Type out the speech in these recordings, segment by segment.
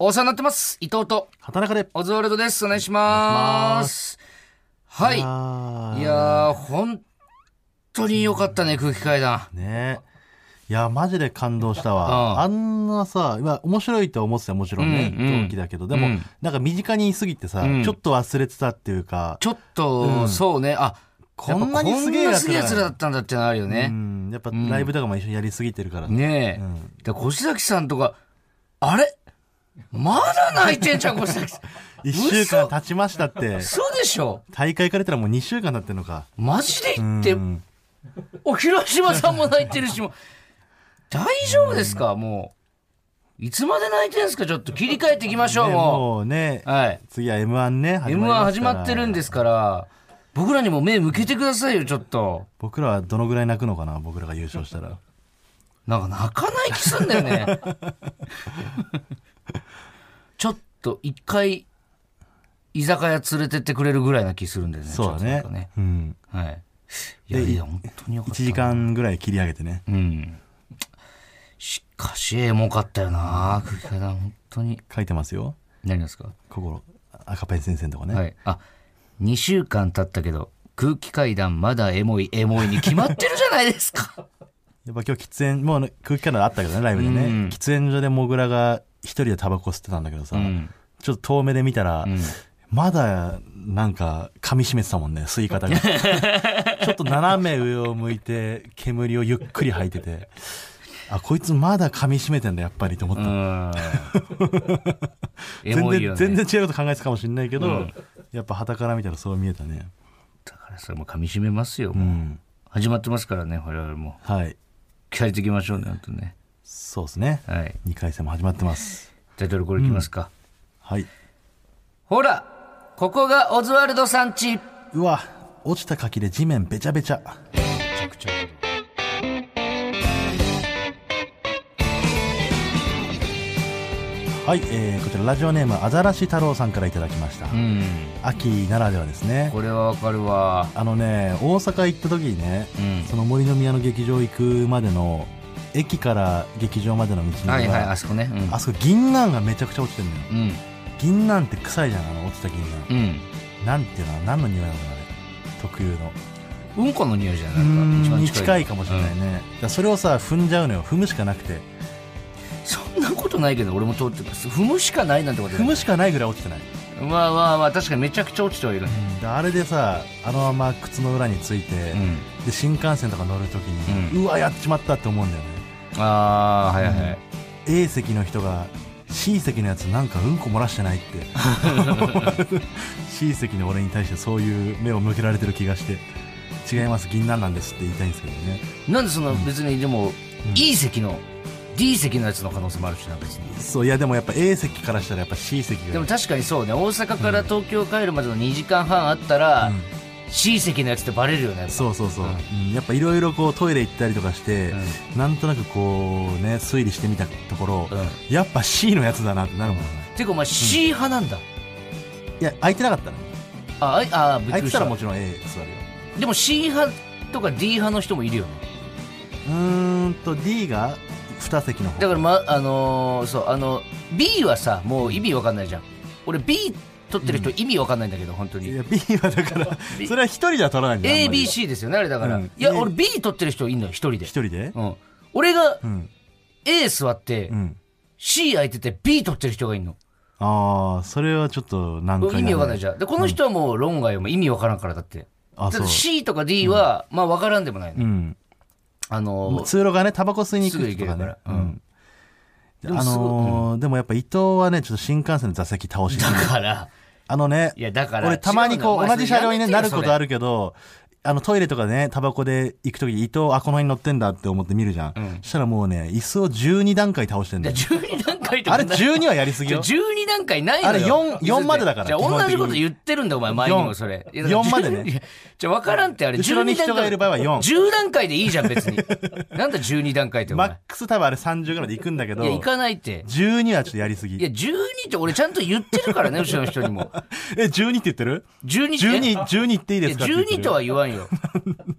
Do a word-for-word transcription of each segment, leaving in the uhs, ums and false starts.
お世話になってます。伊藤と畑中でオズワルドです。お願いします。はい。いやー、本当に良かったね、空気階段。 ね。いや、マジで感動したわ。あ, あんなさ、今面白いと思ってたよ、もちろんね、うんうん、同期だけど、でも、うん、なんか身近にいすぎてさ、うん、ちょっと忘れてたっていうか。 ちょっと、うん、そうね、あ、 こんなにすげえやつらだったんだってのあるよね。 うん、やっぱライブとかも一緒にやりすぎてるから。 うん、ねえ。うん、で、越崎さんとか、あれまだ泣いてんじゃん、越崎さん。 一週間経ちましたって。 そうでしょ。 大会から言ったらもう二週間経ってんのか。 マジで言って、お、広島さんも泣いてるし、もう、大丈夫ですかもう。いつまで泣いてんすかちょっと切り替えていきましょう、 ね、 もう。 もうね、 はい。 次は エムワン ね、 エムワン 始まってるんですから、僕らにも目向けてくださいよ、ちょっと。 僕らはどのぐらい泣くのかな、僕らが優勝したら。 なんか泣かない気すんだよね。ちょっと一回居酒屋連れてってくれるぐらいな気するんだよね。 そうだね。 ね、 うん。 はい。いやいや本当によかった。 いちじかんぐらい切り上げてね。 うん。しかしエモかったよな。空気階段本当に。 書いてますよ。 何ですか。 心赤ペン先生のとこね。 はい。あ、にしゅうかん経ったけど空気階段まだエモいエモいに決まってるじゃないですか。 やっぱ今日喫煙もう空気階段あったけどねライブでね。うん、喫煙所でモグラが一人でタバコ吸ってたんだけどさ、うん、ちょっと遠目で見たら、うん、まだなんか噛み締めてたもんね吸い方が。ちょっと斜め上を向いて煙をゆっくり吐いてて、あこいつまだ噛み締めてんだやっぱりと思った。全然、ね、全然違うこと考えてたかもしれないけど、うん、やっぱ傍から見たらそう見えたね。 だからそれも噛み締めますよ、もう、うん、始まってますからね我々も。 はい。 鍛えていきましょうね本当ね。 そうですね、はい、にかい戦も始まってます。 タイトルコールいきますか、 うん、はい。 ほらここがオズワルドさんち。 うわ落ちた柿で地面べちゃべちゃ。 めちゃくちゃはい、えー、こちらラジオネームアザラシ太郎さんからいただきました、うん、秋ならではですね。 これはわかるわ。 あのね大阪行った時にね、うん、その森の宮の劇場行くまでの駅から劇場までの道のりが、 はいはい、あそこね、うん、 あそこ銀杏がめちゃくちゃ落ちてるのよ、うん、銀杏って臭いじゃん、あの落ちた銀杏、うん、なんていうの何の匂いなのかなあれ特有のうんこの匂いじゃないか、一番近いに近いかもしれないね、うん、だそれをさ踏んじゃうのよ。踏むしかなくて。 そんなことないけど俺も通ってます踏むしかないなんてこと踏むしかないぐらい落ちてない。 まあまあまあ確かにめちゃくちゃ落ちてはいる、 うん、あれでさあのまま靴の裏について、うん、で新幹線とか乗るときに、うん、うわやっちまったって思うんだよね。 ああはいはい、 うん、A 席の人が C 席のやつなんかうんこ漏らしてないって C 席の俺に対してそういう目を向けられてる気がして、違います銀杏なんですって言いたいんですけどね。 なんでそんな別に、うん、でも、うん、E 席のD 席のやつの可能性もあるしな別に。 そういやでもやっぱ A 席からしたらやっぱ C 席が。 でも確かにそうね、大阪から東京帰るまでのにじかんはんあったら、うん、C 席のやつってバレるよね。 そうそうそう、うん、やっぱいろいろこうトイレ行ったりとかして、うん、なんとなくこうね推理してみたところ、うん、やっぱ C のやつだなってなるもんね、 うん、てかお前 C 派なんだ、 うん、いや空いてなかったね。 ああびっくりした。 空いてたらもちろん A 座るよ。 でも C 派とか D 派の人もいるよね。 うーんと D がに席の方だから、まあのー、そうあの B はさもう意味わかんないじゃん。俺 B 取ってる人意味わかんないんだけど、うん、本当に。 いや B はだからそれは一人では取らないんだよ。 エービーシー ですよねあれだから、うん、いや俺 B 取ってる人いんのよ一人で。 一人で、 うん、俺が A 座って、うん、C 空いてて B 取ってる人がいんの。 ああそれはちょっと難解な、ね、 意味わかんないじゃん。でこの人はもう論外も意味わからんからだって。あだって C とか D は、うん、まあわからんでもないの、うん、あのー、 通路がねタバコ吸いに行く人とかね。うんでもあのーうん、でもやっぱ伊藤はねちょっと新幹線の座席倒してだからあのねいやだから俺たまにこう同じ車両に、ね、なることあるけどあのトイレとかねタバコで行くとき伊藤あこの辺乗ってんだって思って見るじゃん、うん、そしたらもうね椅子をじゅうにだんかい倒してんだよ。 じゅうにだんかいってあれじゅうにはやりすぎよ。 じゅうにだんかいないのよ。 あれ 4, よんまでだから。 じゃあ同じこと言ってるんだお前前にもそれ。 よんまでね。 じゃあ分からんってあれ後ろに人がいる場合はよん。 じゅうだんかいでいいじゃん別に。なんだじゅうにだんかいってお前。 マックス多分あれさんじゅうぐらいで行くんだけど。 いや行かないって。 じゅうにはちょっとやりすぎ。 いやじゅうにって俺ちゃんと言ってるからね後ろの人にも。 えじゅうにって言ってる？ じゅうにじゅうに じゅうにっていいですか？ じゅうにとは言わんよ。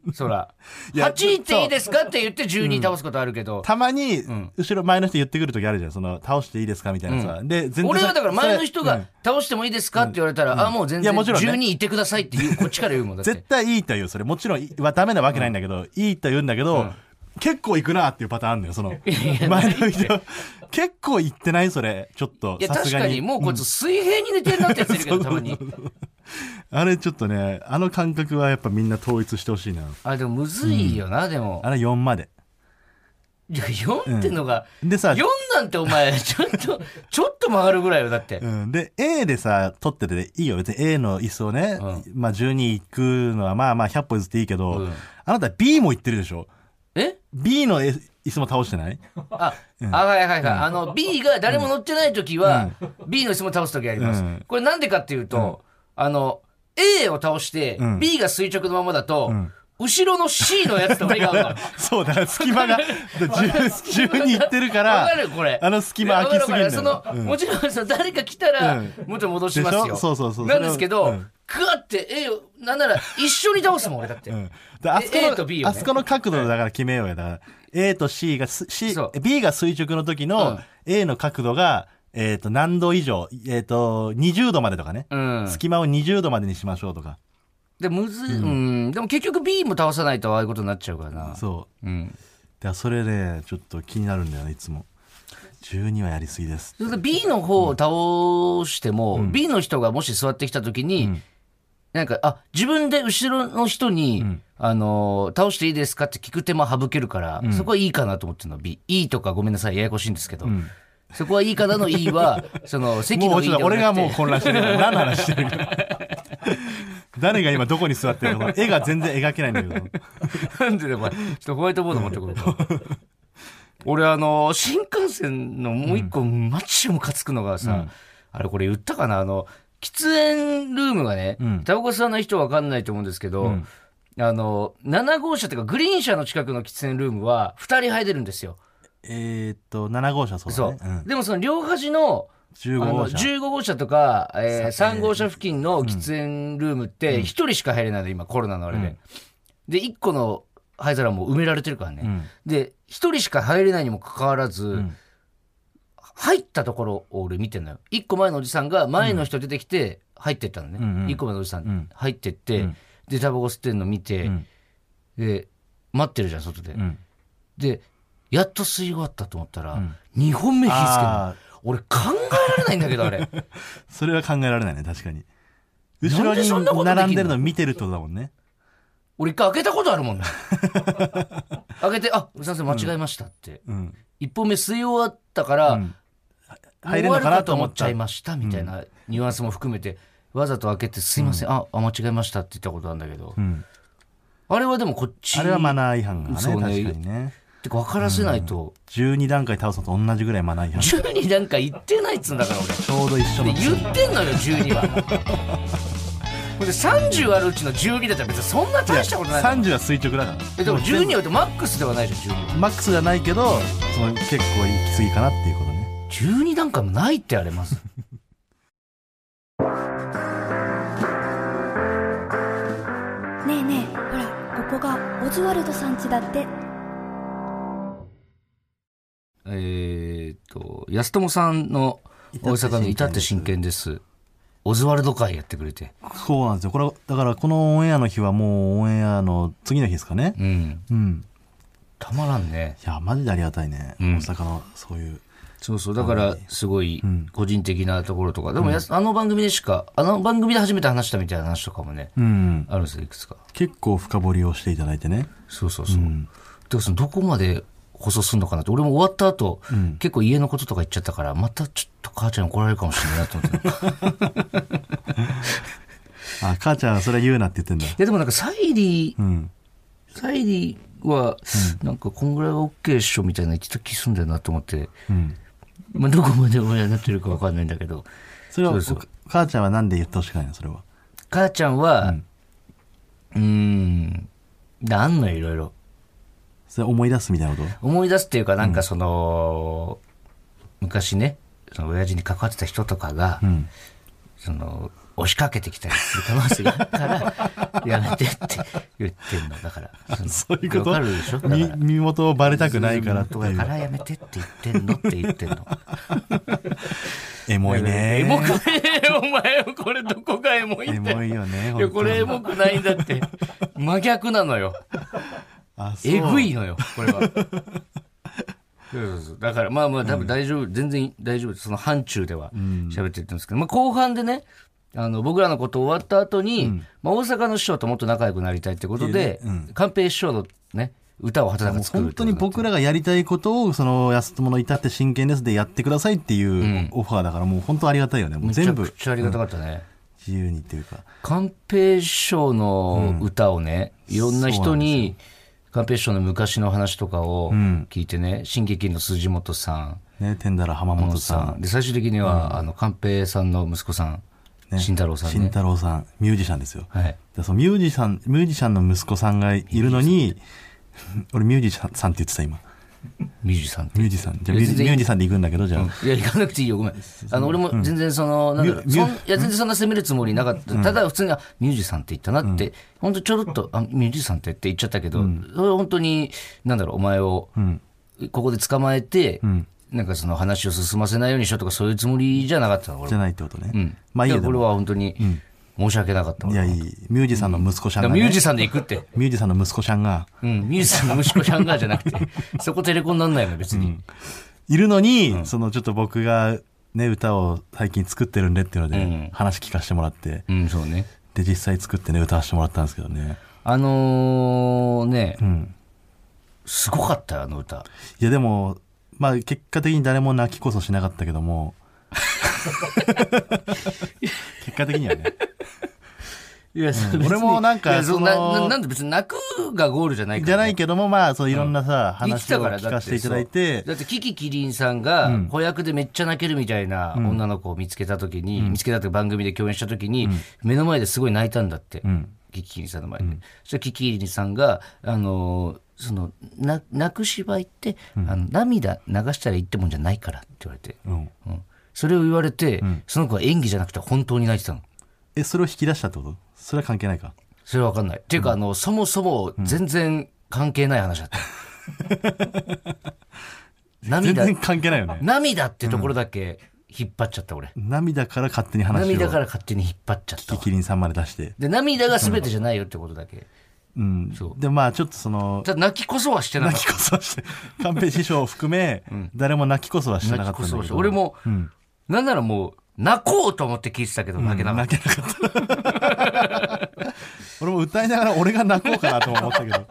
そら。 いやはちいっていいですかって言ってじゅうに倒すことあるけど。 たまに、 ん後ろ前の人言ってくる時あるじゃん。その、倒していいですかみたいなさ。で、全然。 俺はだから前の人それが倒してもいいですかって言われたら、あ、もう全然いやもちろんねじゅうにいってくださいって言う、こっちから言うもんだって。 絶対いいと言う。それもちろんはダメなわけないんだけど、いいと言うんだけど、結構行くなっていうパターンあるのよ。その、前の人。結構行ってないそれ。ちょっと。 いや、 さすがに確かにもうこいつ水平に寝てるなってやついるけど、たまに。 あれちょっとね、あの感覚はやっぱみんな統一してほしいな。 あ、でもむずいよな、でも。 あれよんまで。 いや、よんってのが、 でさ、 よんなんてお前、ちょっと、ちょっと曲がるぐらいよ、だって。 うん。で、A でさ、取ってていいよ。別に A の椅子をね、 うまあじゅうに行くのはまあまあひゃっぽ譲っていいけど、 うんあなた B も行ってるでしょ。 え B の椅子も倒してない？ あ、あ、はいはいはい。あの、B が誰も乗ってない時は、B の椅子も倒す時あります。 うんこれなんでかっていうと、あの、A を倒してん、 B が垂直のままだとん、 後ろの C のやつと目が合うの。 そうだから隙間がじゅうに行ってるかわらかるこれ。 あの隙間空きすぎるんだよその、 うんもちろんさ、誰か来たらうん、 元戻しますよ。 でしょそうそうそうなんですけどそれをうん、 グワって A を、なんなら一緒に倒すもん、俺だって。 うんであそこ A との B をねあそこの角度だから決めようよだから A と C がす C そう B が垂直の時うのん A の角度がえっと何度以上えっとにじゅうどまでとかねうん。 隙間をにじゅうどまでにしましょうとかで、むずい、うん。でも結局 B も倒さないとああいうことになっちゃうからな。 そううん。 でそれねちょっと気になるんだよねいつもじゅうにはやりすぎですそれで B の方を倒しても、B の人がもし座ってきた時に、 んなんか、あ、自分で後ろの人に、 んあのー倒していいですかって聞く手間省けるから、そこはいいかなと思ってるの、B。いいとかごめんなさい、ややこしいんですけど。 んそこはいいかなのいいは、その、席のいいもうちょっと俺がもうこ混乱してるから何の話してるか誰が今どこに座ってるのか絵が全然描けないんだけどなんでだよ、お前。ちょっとホワイトボード持ってくるか。俺、あのー新幹線のもう一個、マッチムかつくのがさ、 うんあれこれ言ったかなあの、喫煙ルームがね、 うんタバコ吸わない人は分かんないと思うんですけど、 うんあの、なな号車というかグリーン車の近くの喫煙ルームはふたり入れるんですよ。 えーっとなな号車そうそう。 だねうんでもその両端の、 じゅうごあの号車じゅうご号車とか、えー、さん号車付近の喫煙ルームってひとりしか入れないの、今コロナのあれで。 うんで、いっこの灰皿も埋められてるからね。 うんで、ひとりしか入れないにもかかわらず、 ん入ったところを俺見てんのよ。いっこまえのおじさんが前の人出てきて入ってったのね。 うんうんいっこまえのおじさうんん入ってって、 うんで、タバコ吸ってんの見て、 うんで、待ってるじゃん、外で。 うんで、やっと吸い終わったと思ったら、 んにほんめ火つけるのあ。 俺考えられないんだけど、あれ。 それは考えられないね確かに後ろなんでそんなことできんのに並んでるの見てるってことだもんね俺一回開けたことあるもんね。開けて、あ、すいません、間違えましたって。 うん一本目吸い終わったから、 うんもう入れるのかなと思っ終わるかと思っちゃいましたみたいなニュアンスも含めて、わざと開けてすいません、ああ間違えましたって言ったことあるんだけど、 うんあれはでもこっちあれはマナー違反がねそうね確かにねってか分からせないと、 じゅうに段階倒すのと同じぐらいマナー違反ちじゅうになんか言ってないっつうんだから俺ょうど一緒ので言ってんのよじゅうにはほんでさんじゅうあるうちのじゅうにだったら別にそんな大したことないのさんじゅうは垂直だからえでもじゅうにはマックスではないじゃんじゅうにはマックスじゃないけどその結構行き過ぎかなっていうことねじゅうに段階もないってあれまずねえねえほらここがオズワルドさん家だって。 えーっと安友さんの大阪の至って真剣ですオズワルド会やってくれてそうなんですよこれだからこのオンエアの日はもうオンエアの次の日ですかねうんうんたまらんねいやマジでありがたいね、 うん大阪のそういうそうそうだからすごいうん個人的なところとかでもやすあの番組でしかあの番組で初めて話したみたいな話とかもねうんあるんですよいくつか結構深掘りをしていただいてねそうそうそう、 んでもそのどこまで放送するのかなって俺も終わった後、 ん結構家のこととか言っちゃったからまたちょっと母ちゃんに怒られるかもしれないなと思っていあ母ちゃんはそれは言うなって言ってんだやでもなんかサイリーうんサイリーはなんかこんぐらいは OK っしょみたいな言ってた気すんだよなと思って、 うんまあ、どこまで親になってるか分かんないんだけどそれはそうそうお母ちゃんはなんで言ってほしくないのそれは母ちゃんはうんうーんなんのいろいろそれ思い出すみたいなこと思い出すっていうかなんかその、昔ねその親父に関わってた人とかが、 うんその押しかけてきたりする可能性があるからやめてって言ってんのだからそういうことわかるでしょだから身元をバレたくないからってだいうからやめてって言ってんのって言ってんのエモいねエモくねえお前これどこがエモいんだよエモいよねいやこれエモくないんだって真逆なのよあそうえぐいのよこれはそうそうそうだからまあまあ多分大丈夫、うん、全然大丈夫その範疇では喋ってるんですけど、まあ、後半でねあの僕らのこと終わった後に、うんまあ、大阪の師匠ともっと仲良くなりたいってことで、うん、寛平師匠のね歌を畑中作る本当に僕らがやりたいことをその安友の至って真剣ですでやってくださいっていうオファーだからもう本当ありがたいよねもう全部めちゃくちゃありがたかったね、 うん、自由にっていうか寛平師匠の歌をね、うん、いろんな人に寛平師匠の昔の話とかを聞いてね、うん、新劇の筋本さん、 ね、天だら浜本さんで最終的には、うん、あの寛平さんの息子さんね、慎太郎さんね。 慎太郎さん、ミュージシャンですよ。 はい。 でそのミュージシャン、ミュージシャンの息子さんがいるのに、俺ミュージシャンさんって言ってた今。 ミュージシャンミュージシャン。じゃあミュージシャンで行くんだけど、じゃあ。うん、 いや、行かなくていいよ、ごめん。あの、俺も全然その、うん、なんだろう、そんいや、全然そんな責めるつもりなかった。うん、ただ、普通に、ミュージシャンって言ったなって、うん、本当ちょろっと、あ、ミュージシャンってって言っちゃったけど、うん、それは本当に、なんだろう、お前を、ここで捕まえて、うんなんかその話を進ませないようにしようとかそういうつもりじゃなかったの俺じゃないってことね。 うん。まあいいよ。これは本当に申し訳なかった。 いやいい。ミュージさんの息子ちゃんが、 ね、ミュージさんで行くって。 ミュージさんの息子ちゃんが。 うん。ミュージさんの息子ちゃんがじゃなくて、そこテレコになんないの別に、うん。 いるのに、うん、そのちょっと僕がね歌を最近作ってるんでっていうので、うん、話聞かせてもらって。 うん、そうね。 で実際作ってね歌わせてもらったんですけどね。 あのー、ね、うん、すごかったよあの歌。 いやでも。まあ結果的に誰も泣きこそしなかったけども結果的にはねいや、 うん、俺もなんかそのな, なんで別に泣くがゴールじゃないから、ね、 じゃないけどもまあそういろんなさ、うん、話を聞かせていただいてだってキキキリンさんが子役でめっちゃ泣けるみたいな女の子を見つけた時に、うん、見つけたって番組で共演した時に、うん、目の前ですごい泣いたんだって、うん、キキキリンさんの前で、うん、そしたらキキキリンさんがあのーそのな泣く芝居って、うん、あの涙流したらいいってもんじゃないからって言われて、うんうん、それを言われて、うん、その子は演技じゃなくて本当に泣いてたの。 えそれを引き出したってこと？それは関係ないか。 それは分かんないっていうか、うん、あのそもそも全然関係ない話だった、 うん、涙全然関係ないよね。 涙ってところだけ引っ張っちゃった俺、 うん、涙から勝手に話を涙から勝手に引っ張っちゃった。 キキキリンさんまで出してで涙が全てじゃないよってことだけ、 うん、そうでまあちょっとその泣きこそはしてなかった。 泣きこそはして寛平師匠を含め、うん、誰も泣きこそはしてなかったんだけど俺も、うん、なんならもう泣こうと思って聞いてたけど泣けなかった、うん、泣けなかった俺も歌いながら俺が泣こうかなと思ったけど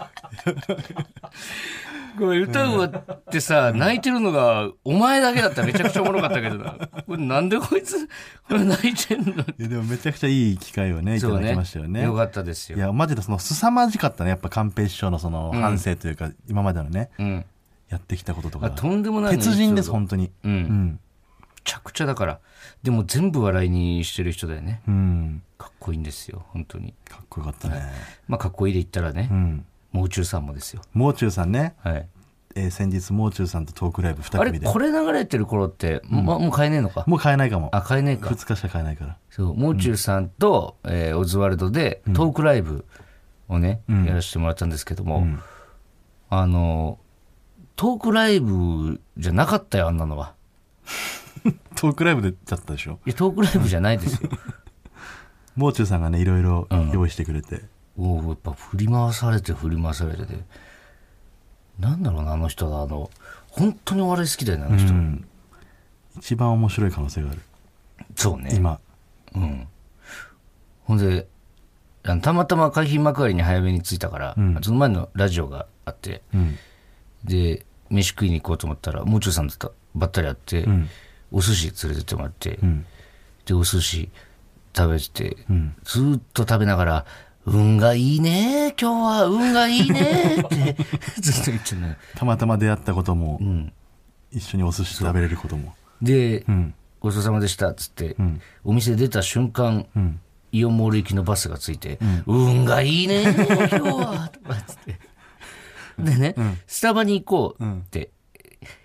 これ歌うわってさ、うん、泣いてるのがお前だけだったらめちゃくちゃおもろかったけどなこれなんでこいつこれ泣いてんの。いやでもめちゃくちゃいい機会をねいただきましたよ ね, ねよかったですよ。 いやマジでその凄まじかったねやっぱ寛平師匠のその反省というか、うん、今までのね、うん、やってきたこととかとんでもない、 ね、鉄人です本当に、 うんうん、めちゃくちゃだからでも全部笑いにしてる人だよね、うん、かっこいいんですよ本当にかっこよかったね、 まあかっこいいで言ったらね、うん、もう中さんもですよ。 もう中さんね、 はいえー、先日もう中さんとトークライブふた組であれこれ流れてる頃って、うんま、もう買えねえのか。 もう買えないかも。 あ買えねえかふつかしか買えないから。 そうもう中さんと、うんえー、オズワルドでトークライブをね、うん、やらせてもらったんですけども、うん、あのトークライブじゃなかったよあんなのはトークライブでだったでしょ。 いやトークライブじゃないですよもう中さんがねいろいろ用意してくれて、 うん、おやっぱ振り回されて振り回されててなんだろうなあの人はあの本当にお笑い好きだよねあの人、うん、 一番面白い可能性がある。 そうね今、 うん、ほんであのたまたま海浜幕張に早めに着いたから、うん、その前のラジオがあって、うん、で飯食いに行こうと思ったらもう中さんとばったり会って、うん、お寿司連れてってもらって、うん、でお寿司食べてて、うん、ずっと食べながら運がいいね今日は運がいいねってずっと言ってね。 たまたま出会ったことも、うん、一緒にお寿司食べれることもで、うん、ごちそうさまでしたっつって、うん、お店出た瞬間、うん、イオンモール行きのバスがついて、うん、運がいいね今日はとかっつってでね、うん、スタバに行こうって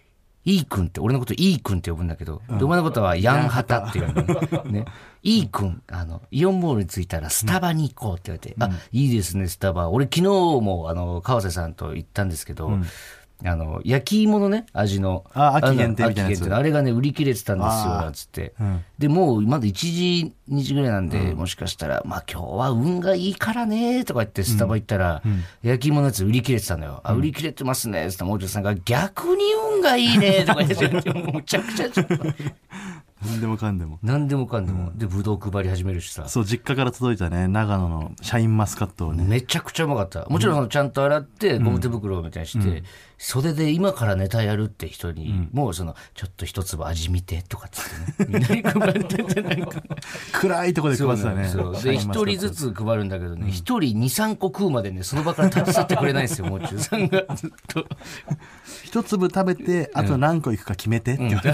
いいくんって、俺のこといいくんって呼ぶんだけど、うん、でお前のことはヤンハタって言うのね。いいくん、あの、イオンモールに着いたらスタバに行こうって言われて、うん、あ、いいですね、スタバ。俺昨日も、あの、川瀬さんと行ったんですけど、うん、あの、焼き芋のね、味の。 あ、秋限定みたいなやつ。 あれがね、売り切れてたんですよ、なんつって。うん、で、もう、まだいちじ、にじぐらいなんで、うん、もしかしたら、まあ今日は運がいいからね、とか言ってスタバ行ったら、うん、焼き芋のやつ売り切れてたのよ。うん、あ、売り切れてますね、つったら、もうちょさんが、逆に運がいいね、とか言って、もうむちゃくちゃちょっと。 何でもかんでも何でもかんでも、うん、でブドウ配り始めるしさ、 そう実家から届いたね長野のシャインマスカットをねめちゃくちゃうまかった。もちろんそのちゃんと洗ってゴム手袋みたいにして、うん、袖で今からネタやるって人に、うん、もうそのちょっと一粒味見てとかっつってねみんなに配っててなんか暗いとこで配ってたね。 そうそうで一人ずつ配るんだけどね一、うん、人 にさんこ食うまでねその場から立ち去ってくれないんですよもう中さんがずっと一粒食べてあと何個いくか決めてって言われ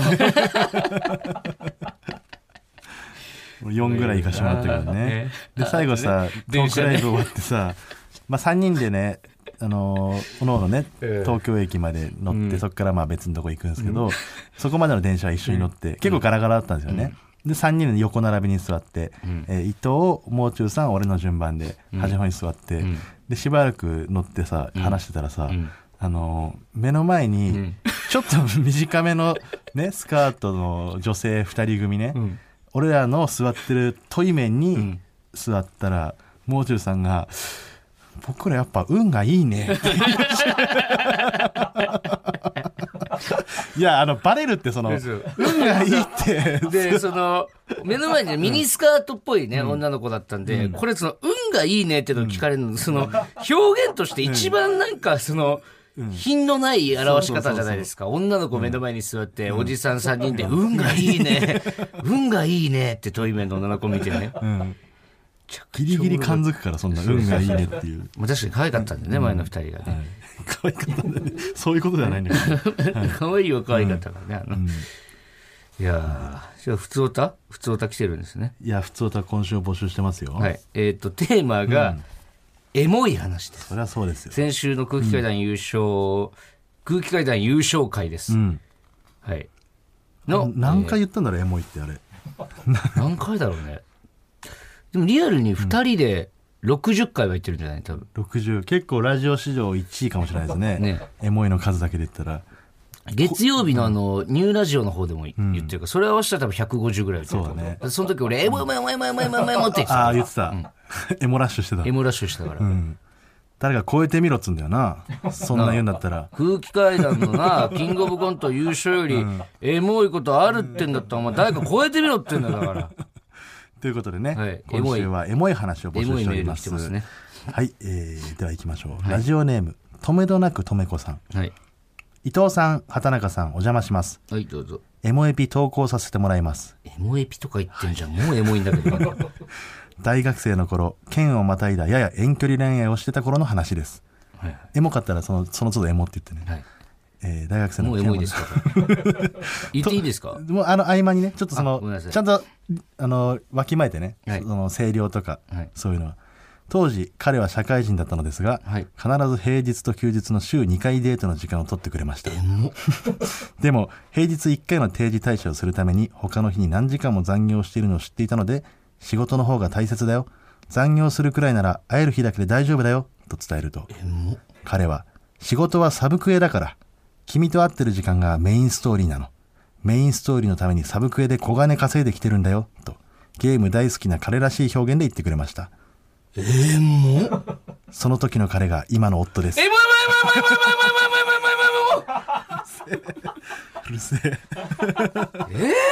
てよんぐらい行かしてもらったけどね。で最後さトークライブ終わってさ、まあ、さんにんでねあのおのおのね東京駅まで乗って、うん、そこからまあ別のとこ行くんですけど、うん、そこまでの電車は一緒に乗って、うん、結構ガラガラだったんですよね、うん、でさんにんで横並びに座って、うんえー、伊藤もう中さん俺の順番で端の方に座って、うん、でしばらく乗ってさ話してたらさ、うん、あの目の前にちょっと短めの、ね、スカートの女性ふたり組ね、うん俺らの座ってるトイメンに座ったら、うん、もう中さんが僕らやっぱ運がいいねって言いましたいやあのバレるってその運がいいってでその目の前にミニスカートっぽいね、うん、女の子だったんで、うん、これその運がいいねってのを聞かれるの、うん、その表現として一番なんかその、うん、品のない表し方じゃないですか。女の子目の前に座って、うん、おじさんさんにんで、うん、運がいいね運がいいねってトイメンの女の子見てね、うん、 ギリギリ感づくからそんな運がいいねっていう確かに可愛かったんだよね、うん、前の二人がね、はい、 可愛かったんだねそういうことじゃないんだけど、はい、 可愛いは可愛かったからね、あの、うん、いやーじゃあ普通歌普通歌来てるんですね。 いや普通歌今週募集してますよ。 はいえっ、ー、とテーマが、うんエモい話です。 そりゃそうですよ。 先週の空気階段優勝、うん、空気階段優勝会です。うん、はい。 の何回言ったんだろう、えー、エモいってあれ。 何回だろうね。でもリアルにふたりでろくじゅっかいは言ってるんじゃない多分。 ろくじゅう結構ラジオ史上いちいかもしれないですね。ねエモいの数だけで言ったら。 月曜日のあのニューラジオの方でも言ってるから、うん、それ合わせたら多分ひゃくごじゅうぐらい言ってる。そうだね。その時俺エモエモエモエモエモエモエモって言ってた。 ああ言ってた。うんエモラッシュしてた。 エモラッシュしてたから、うん、 誰か超えてみろっつんだよなそんな言うんだったら空気階段のなキングオブコント優勝より、うん、エモいことあるってんだったらお前誰か超えてみろってんだよだからということでね、はい、今週はエモい話を募集しております。 エモいメール来てますね。 はい、えー、では行きましょう、はい、ラジオネームとめどなくとめこさん、はい、伊藤さん畑中さんお邪魔します。 はいどうぞ。 エモエピ投稿させてもらいます。 エモエピとか言ってんじゃん、はい、もうエモいんだけど大学生の頃県をまたいだやや遠距離恋愛をしてた頃の話です、はいはい、エモかったらそのその都度エモって言ってね、はいえー、大学生のもうエモいですか言っていいですかもうあの合間にねちょっとそのちゃんとあのわきまえてね、はい、その声量とか、はい、そういうのは当時彼は社会人だったのですが、はい、必ず平日と休日の週にかいデートの時間を取ってくれました。でも平日いっかいの定時退社をするために他の日に何時間も残業しているのを知っていたので仕事の方が大切だよ残業するくらいなら会える日だけで大丈夫だよと伝えると彼は仕事はサブクエだから君と会ってる時間がメインストーリーなのメインストーリーのためにサブクエで小金稼いできてるんだよとゲーム大好きな彼らしい表現で言ってくれました。 えー、もうその時の彼が今の夫です。 えー、もうもうもうもうもうもうもうもうもうもうもううるせええー、もう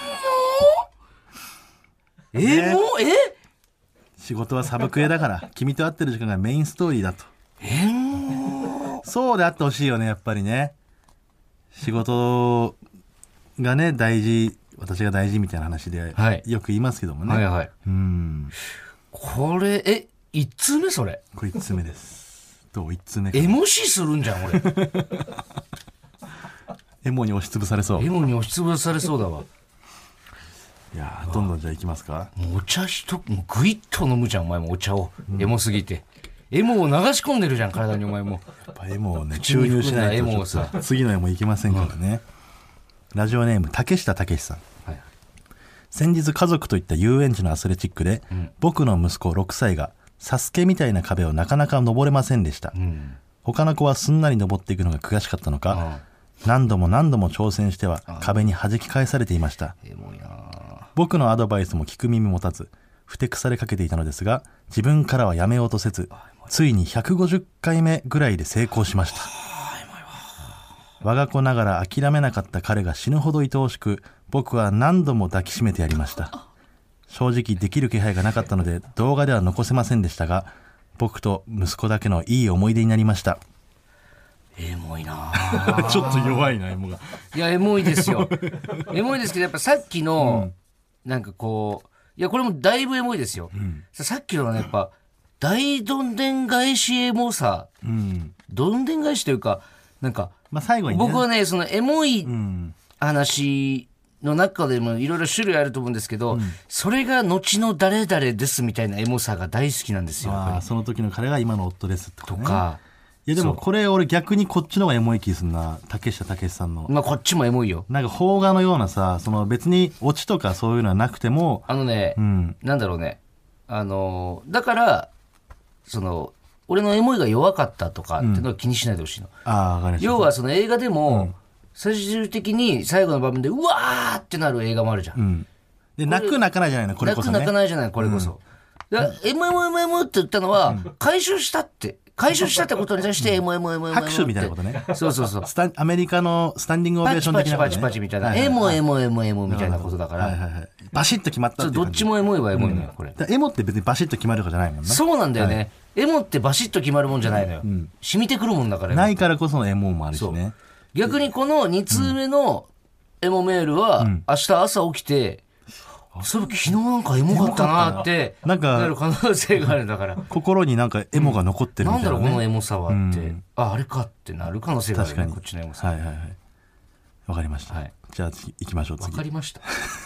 えー、もうえ仕事はサブクエだから君と会ってる時間がメインストーリーだと。 えー、もうそうであってほしいよねやっぱりね。仕事がね大事私が大事みたいな話で、はい、よく言いますけどもね、はいはい、うんこれえいっつうめそれこれいっつうめです。どういっつうめエモ視するんじゃん俺エモに押しつぶされそう。 エモに押しつぶされそうだわ。 いやどんどんじゃあいきますか。 もうお茶ひともうグイッと飲むじゃんお前もお茶を、うん、エモすぎてエモを流し込んでるじゃん体にお前も。 やっぱエモをね注入しないとちょっと次のエモいけませんからね、 ラジオネーム竹下武さん、 はい、 先日家族といった遊園地のアスレチックで、うん、僕の息子ろくさいがサスケみたいな壁をなかなか登れませんでした、うん、他の子はすんなり登っていくのが悔しかったのか、うん、何度も何度も挑戦しては壁に弾き返されていました。 エモいな。 僕のアドバイスも聞く耳持たずふてくされかけていたのですが、自分からはやめようとせず、ついにひゃくごじゅっかいめぐらいで成功しました。我が子ながら諦めなかった彼が死ぬほど愛おしく、僕は何度も抱きしめてやりました。正直できる気配がなかったので動画では残せませんでしたが、僕と息子だけのいい思い出になりました。 エモいなちょっと弱いな、エモが。 いやエモいですよエモいですけど、やっぱさっきの、うん、なんかこう、いやこれもだいぶエモいですよ、うん、さっきのね、やっぱ大どんでん返しエモさ、うん、どんでん返しというか、なんか、 まあ、最後にね、 僕はねそのエモい話の中でもいろいろ種類あると思うんですけど、うん、それが後の誰々ですみたいなエモさが大好きなんですよ。 あ、その時の彼が今の夫ですってことね。 とか、 いやでもこれ俺逆にこっちの方がエモい気するな、竹下武さんの。 まあこっちもエモいよ。 なんか邦画のようなさ、その別にオチとかそういうのはなくても、 あのね、うん、なんだろうね、あのだからその俺のエモいが弱かったとかっていうのは気にしないでほしいの、 うん、あ、わかりました。 要はその映画でも、うん、最終的に最後の場面でうわーってなる映画もあるじゃん、うん、 で泣く泣かないじゃないのこれこそね。 泣く泣かないじゃないこれこそ、うん、だ エムエムエムエム って言ったのは、うん、回収したって回収したってことに対して エムエムエムエム拍手みたいなことね。 そうそうそう。 スタアメリカのスタンディングオベーション的なことね。 パチパチパチパチみたいな。エモエモエモエモみたいなことだから。 はいはいはい。バシッと決まったっていう感じ。 どっちもエモいはエモいのよ、これ。 エモって別にバシッと決まるとかじゃないもんね。 そうなんだよね。エモってバシッと決まるもんじゃないのよ。染みてくるもんだから。 ないからこそのエモもあるしね。 逆にこのに通目のエモメールは、明日朝起きて、そういえば昨日なんかエモかったなってなる可能性があるんだから、 心になんかエモが残ってるみたいな、ね、 なんだろうこのエモさはって、うん、ああれかってなる可能性がある、ね、確かにこっちのエモさ。 はいはいはい、わかりました、はい、じゃあ次行きましょう。次わかりました、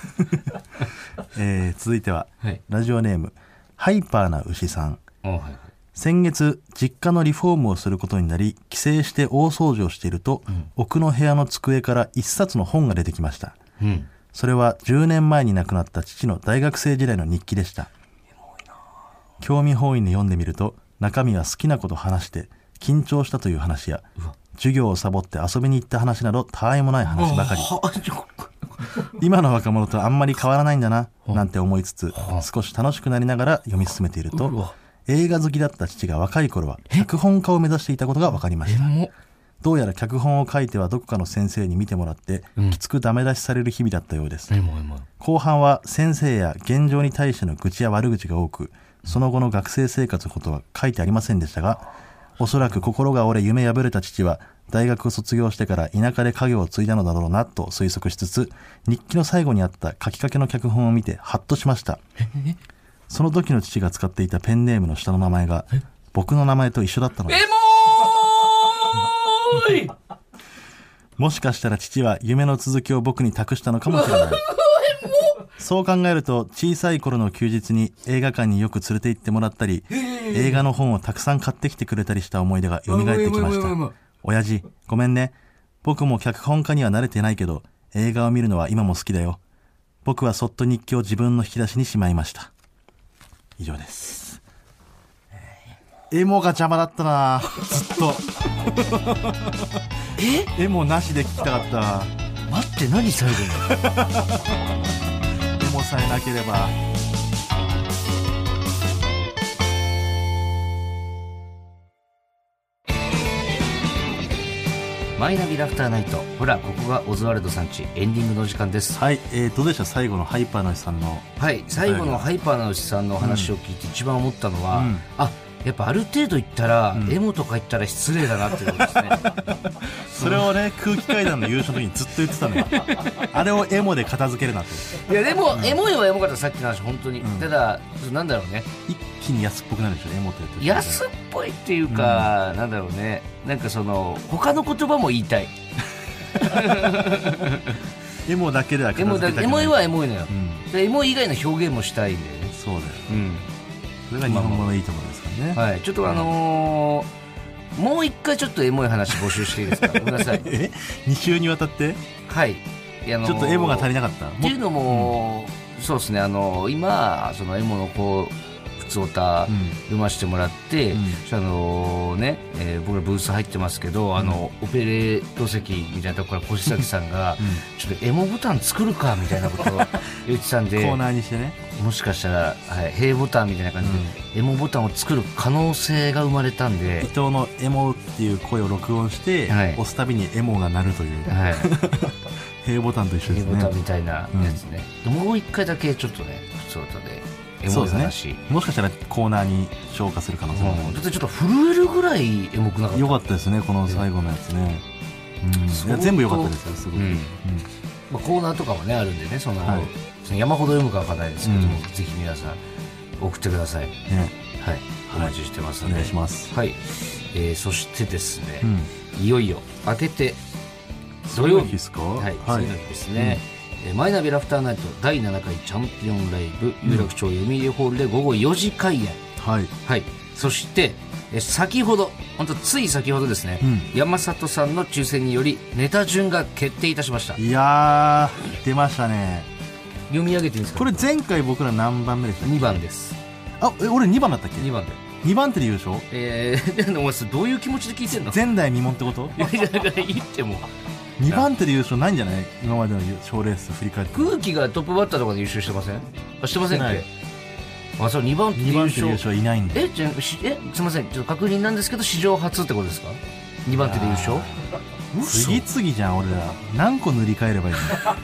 えー、続いては、はい、ラジオネームハイパーな牛さん、 はいはい、 先月実家のリフォームをすることになり帰省して大掃除をしていると、うん、奥の部屋の机から一冊の本が出てきました、うん、それはじゅうねんまえに亡くなった父の大学生時代の日記でした。興味本位に読んでみると中身は好きなこと話して緊張したという話や授業をサボって遊びに行った話などたわいもない話ばかり。今の若者とあんまり変わらないんだななんて思いつつ少し楽しくなりながら読み進めていると映画好きだった父が若い頃は脚本家を目指していたことが分かりました。どうやら脚本を書いてはどこかの先生に見てもらって、うん、きつくダメ出しされる日々だったようです。後半は先生や現状に対しての愚痴や悪口が多く、その後の学生生活のことは書いてありませんでしたが、おそらく心が折れ夢破れた父は大学を卒業してから田舎で家業を継いだのだろうなと推測しつつ、日記の最後にあった書きかけの脚本を見てハッとしました。その時の父が使っていたペンネームの下の名前が僕の名前と一緒だったのです。もしかしたら父は夢の続きを僕に託したのかもしれない。そう考えると小さい頃の休日に映画館によく連れて行ってもらったり映画の本をたくさん買ってきてくれたりした思い出が蘇ってきました。親父ごめんね、僕も脚本家には慣れてないけど映画を見るのは今も好きだよ。僕はそっと日記を自分の引き出しにしまいました。以上です。エモが邪魔だったなずっとえエモなしで聞きたかった。 待って何最後にエモさえなければ。 マイナビラフターナイト、ほらここがオズワルドさんち、エンディングの時間です。 はい、えー、どうでした最後のハイパーな牛さんの。 はい、最後のハイパーな牛さんの話を聞いて一番思ったのは、うん、あやっぱある程度言ったら、うん、エモとか言ったら失礼だなっていうことですねそれをね空気階段の優勝の時にずっと言ってたのよあれをエモで片付けるなと。 いやでも、うん、エモいはエモかった、さっきの話本当に、うん、ただなんだろうね、 一気に安っぽくなるでしょエモって言って。 安っぽいっていうか、うん、なんだろうね、なんかその他の言葉も言いたいエモだけでは片付けたくない。 エモいはエモいのよ、うん、でエモい以外の表現もしたいんだよね。 そうだよ、うん、それが日本語のいいところですからね。 はい、ちょっとあのー、もう一回ちょっとエモい話募集していいですかごめんなさいえに週にわたって。 はい、 あのちょっとエモが足りなかったっていうのも、うん、そうですね、あの今そのエモのこう普通歌読ませてもらって、うん、あのね、えー、僕らブース入ってますけど、うん、あのオペレート席みたいなところから越崎さんが、うん、ちょっとエモボタン作るかみたいなことを言ってたんでコーナーにしてね、 もしかしたら、はい、平ボタンみたいな感じで、うん、エモボタンを作る可能性が生まれたんで、 伊藤のエモっていう声を録音して、はい、押すたびにエモが鳴るという、はい、平ボタンと一緒ですね。 平ボタンみたいなやつね、うん、もう一回だけちょっとね普通歌でエモい話、 ね、もしかしたらコーナーに消化する可能性もある、 うん、だってちょっと震えるぐらいエモくなかった。 よかったですねこの最後のやつね、うん、いや全部よかったですよすごく、うんうん、 まあ、コーナーとかもねあるんでね、その、はい、その山ほど読むかわからないですけども、うん、ぜひ皆さん送ってください、ね、はい、お待ちしてますので、 はい、お願いします。 はい、えー、そしてですね、うん、いよいよ明けて土曜日ですか、はい、次の日ですね、うん、マイナビラフターナイトだいななかいチャンピオンライブ、うん、有楽町読売ホールで午後よじ開演、はいはい、そしてえ先ほど本当つい先ほどですね、うん、山里さんの抽選によりネタ順が決定いたしました。 いやー出ましたね。 読み上げていいですか。 これ前回僕ら何番目でしたっけ。 にばんです。 あえ俺にばんだったっけ。 にばんでにばん手で優勝。 えー、お前どういう気持ちで聞いてんの。 前代未聞ってこと。 いやだから言ってもにばん手で優勝ないんじゃない。今までの賞レース振り返って空気がトップバッターとかで優勝してません。あしてませんっけ。あそうにばん手で優勝。 優勝いないんで。 えじゃえすみませんちょっと確認なんですけど史上初ってことですか。にばん手で優勝。 次々じゃん俺ら何個塗り替えればいいの。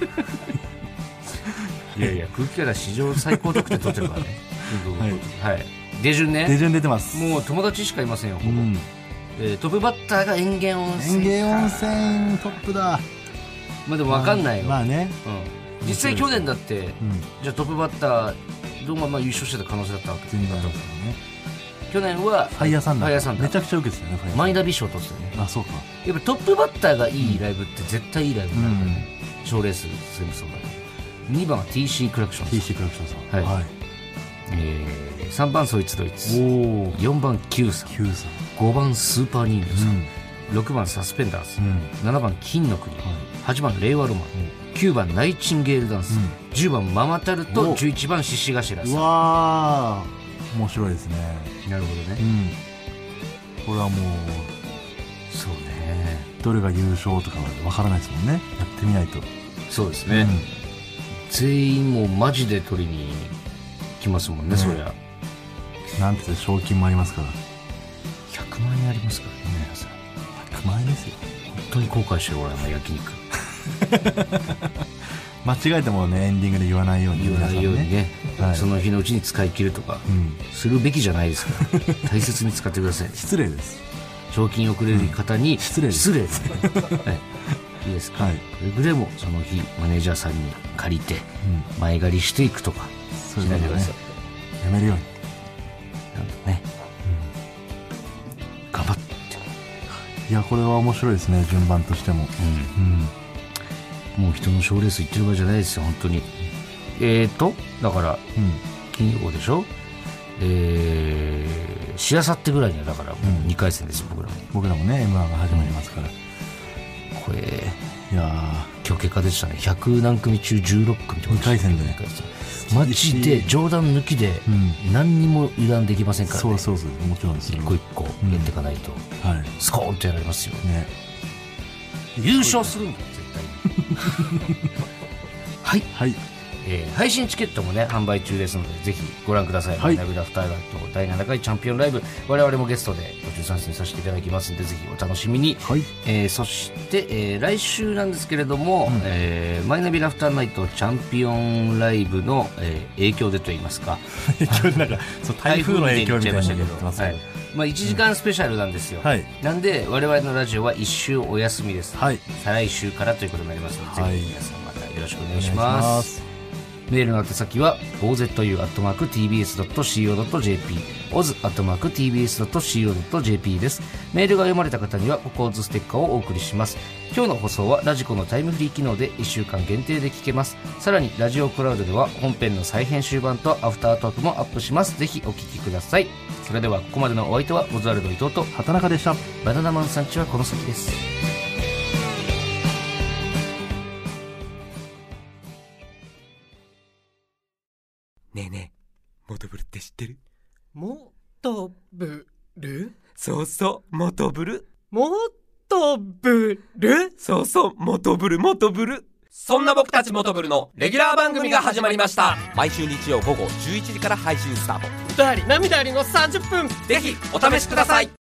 いやいや空気から史上最高得点取ってるからね。はい、はい、出順ね。 出順出てます。 もう友達しかいませんよほぼ、うん、えー、トップバッターが園芸温泉。 園芸温泉トップだ。 まあでも分かんないよ。 まあね、 うん、実際去年だって、うん、じゃあトップバッターどうもまあ優勝してた可能性だったわけ全然だったね。 去年はファイヤーサンダー。 ファイヤーサンダーめちゃくちゃ受けてたよね。 マイナビ賞取ってたね。 あそうか。 やっぱトップバッターがいいライブって絶対いいライブになるからね。賞、うん、レース全部そうだね。にばんは ティーシー クラクション。 ティーシー クラクションさん、はい、はい、 えー、さんばんそいつどいつ、よんばん Q さん、 Q さん、 ごばんスーパー人魚さん、うん、ろくばんサスペンダーズ、うん、ななばん金の国、はい、はちばん令和ロマン、うん、きゅうばんナイチンゲールダンス、うん、じゅうばんママタルト、じゅういちばん獅子頭さん。 うわー面白いですね。 なるほどね、 うん、これはもうそうねどれが優勝とかわからないですもんね。やってみないと。 そうですね、うん、全員もうマジで取りに来ますもんね、ね、そりゃなんて賞金もありますからひゃくまんえんありますからね。皆さんひゃくまんえんですよ。 本当に後悔してる俺の焼肉間違えてもねエンディングで言わないように言わないようにね、はい、その日のうちに使い切るとか、うん、するべきじゃないですから大切に使ってください。 失礼です。 賞金をくれる方に、うん、 失礼です。 失礼です、ねはいいいですか、はい、くれぐれもその日マネージャーさんに借りて前借りしていくとかしないでください、 うん、やめるようになんとね、うん、頑張って。 いやこれは面白いですね順番としても、うんうん、もう人の賞レース行ってる場合じゃないですよ本当に。えーとだから、うん、金曜でしょ。えー、しあさってぐらいにはだからもうにかい戦ですよ、うん、僕らも僕らもね エムワン が始まりますから。 これいや今日結果でしたね。ひゃくなん組中じゅうろっくみとかにかい戦でマジで冗談抜きで何にも油断できませんからね、 そうそうそうもちろんです。 一個一個やっていかないと、うんはい、スコーンとやられますよ、ね、優勝するんだ絶対にはい、はいえー、配信チケットもね販売中ですのでぜひご覧ください。マイナビラフターナイトだいななかいチャンピオンライブ我々もゲストで途中参戦させていただきますのでぜひお楽しみに、はいえー、そして、えー、来週なんですけれども、うんえー、マイナビラフターナイトチャンピオンライブの、えー、影響でといいますか影響でなんかそう台風の影響みたいなの言ってますけど、はいまあ、いちじかんスペシャルなんですよ、うんはい、なんで我々のラジオはいっ週お休みです、はい、再来週からということになりますので、はい、ぜひ皆さんまたよろしくお願いします。メールの宛先は オーゼットユー アットマーク ティービーエス ドット シーオー ドット ジェーピー オズ アットマーク ティービーエス ドット シーオー ドット ジェーピー です。メールが読まれた方にはココーズステッカーをお送りします。今日の放送はラジコのタイムフリー機能でいっしゅうかん限定で聞けます。さらにラジオクラウドでは本編の再編集版とアフタートークもアップします。ぜひお聞きください。それではここまでのお相手はオズワルド伊藤と畑中でした。 バナナマンさんちはこの先です。 ねえねえ、モトブルって知ってる？ モトブル？ そうそう、モトブル。 モトブル？ そうそう、モトブルモトブル。そんな僕たちモトブルのレギュラー番組が始まりました。毎週日曜午後じゅういちじから配信スタート。 歌あり涙ありのさんじゅっぷん、 ぜひお試しください。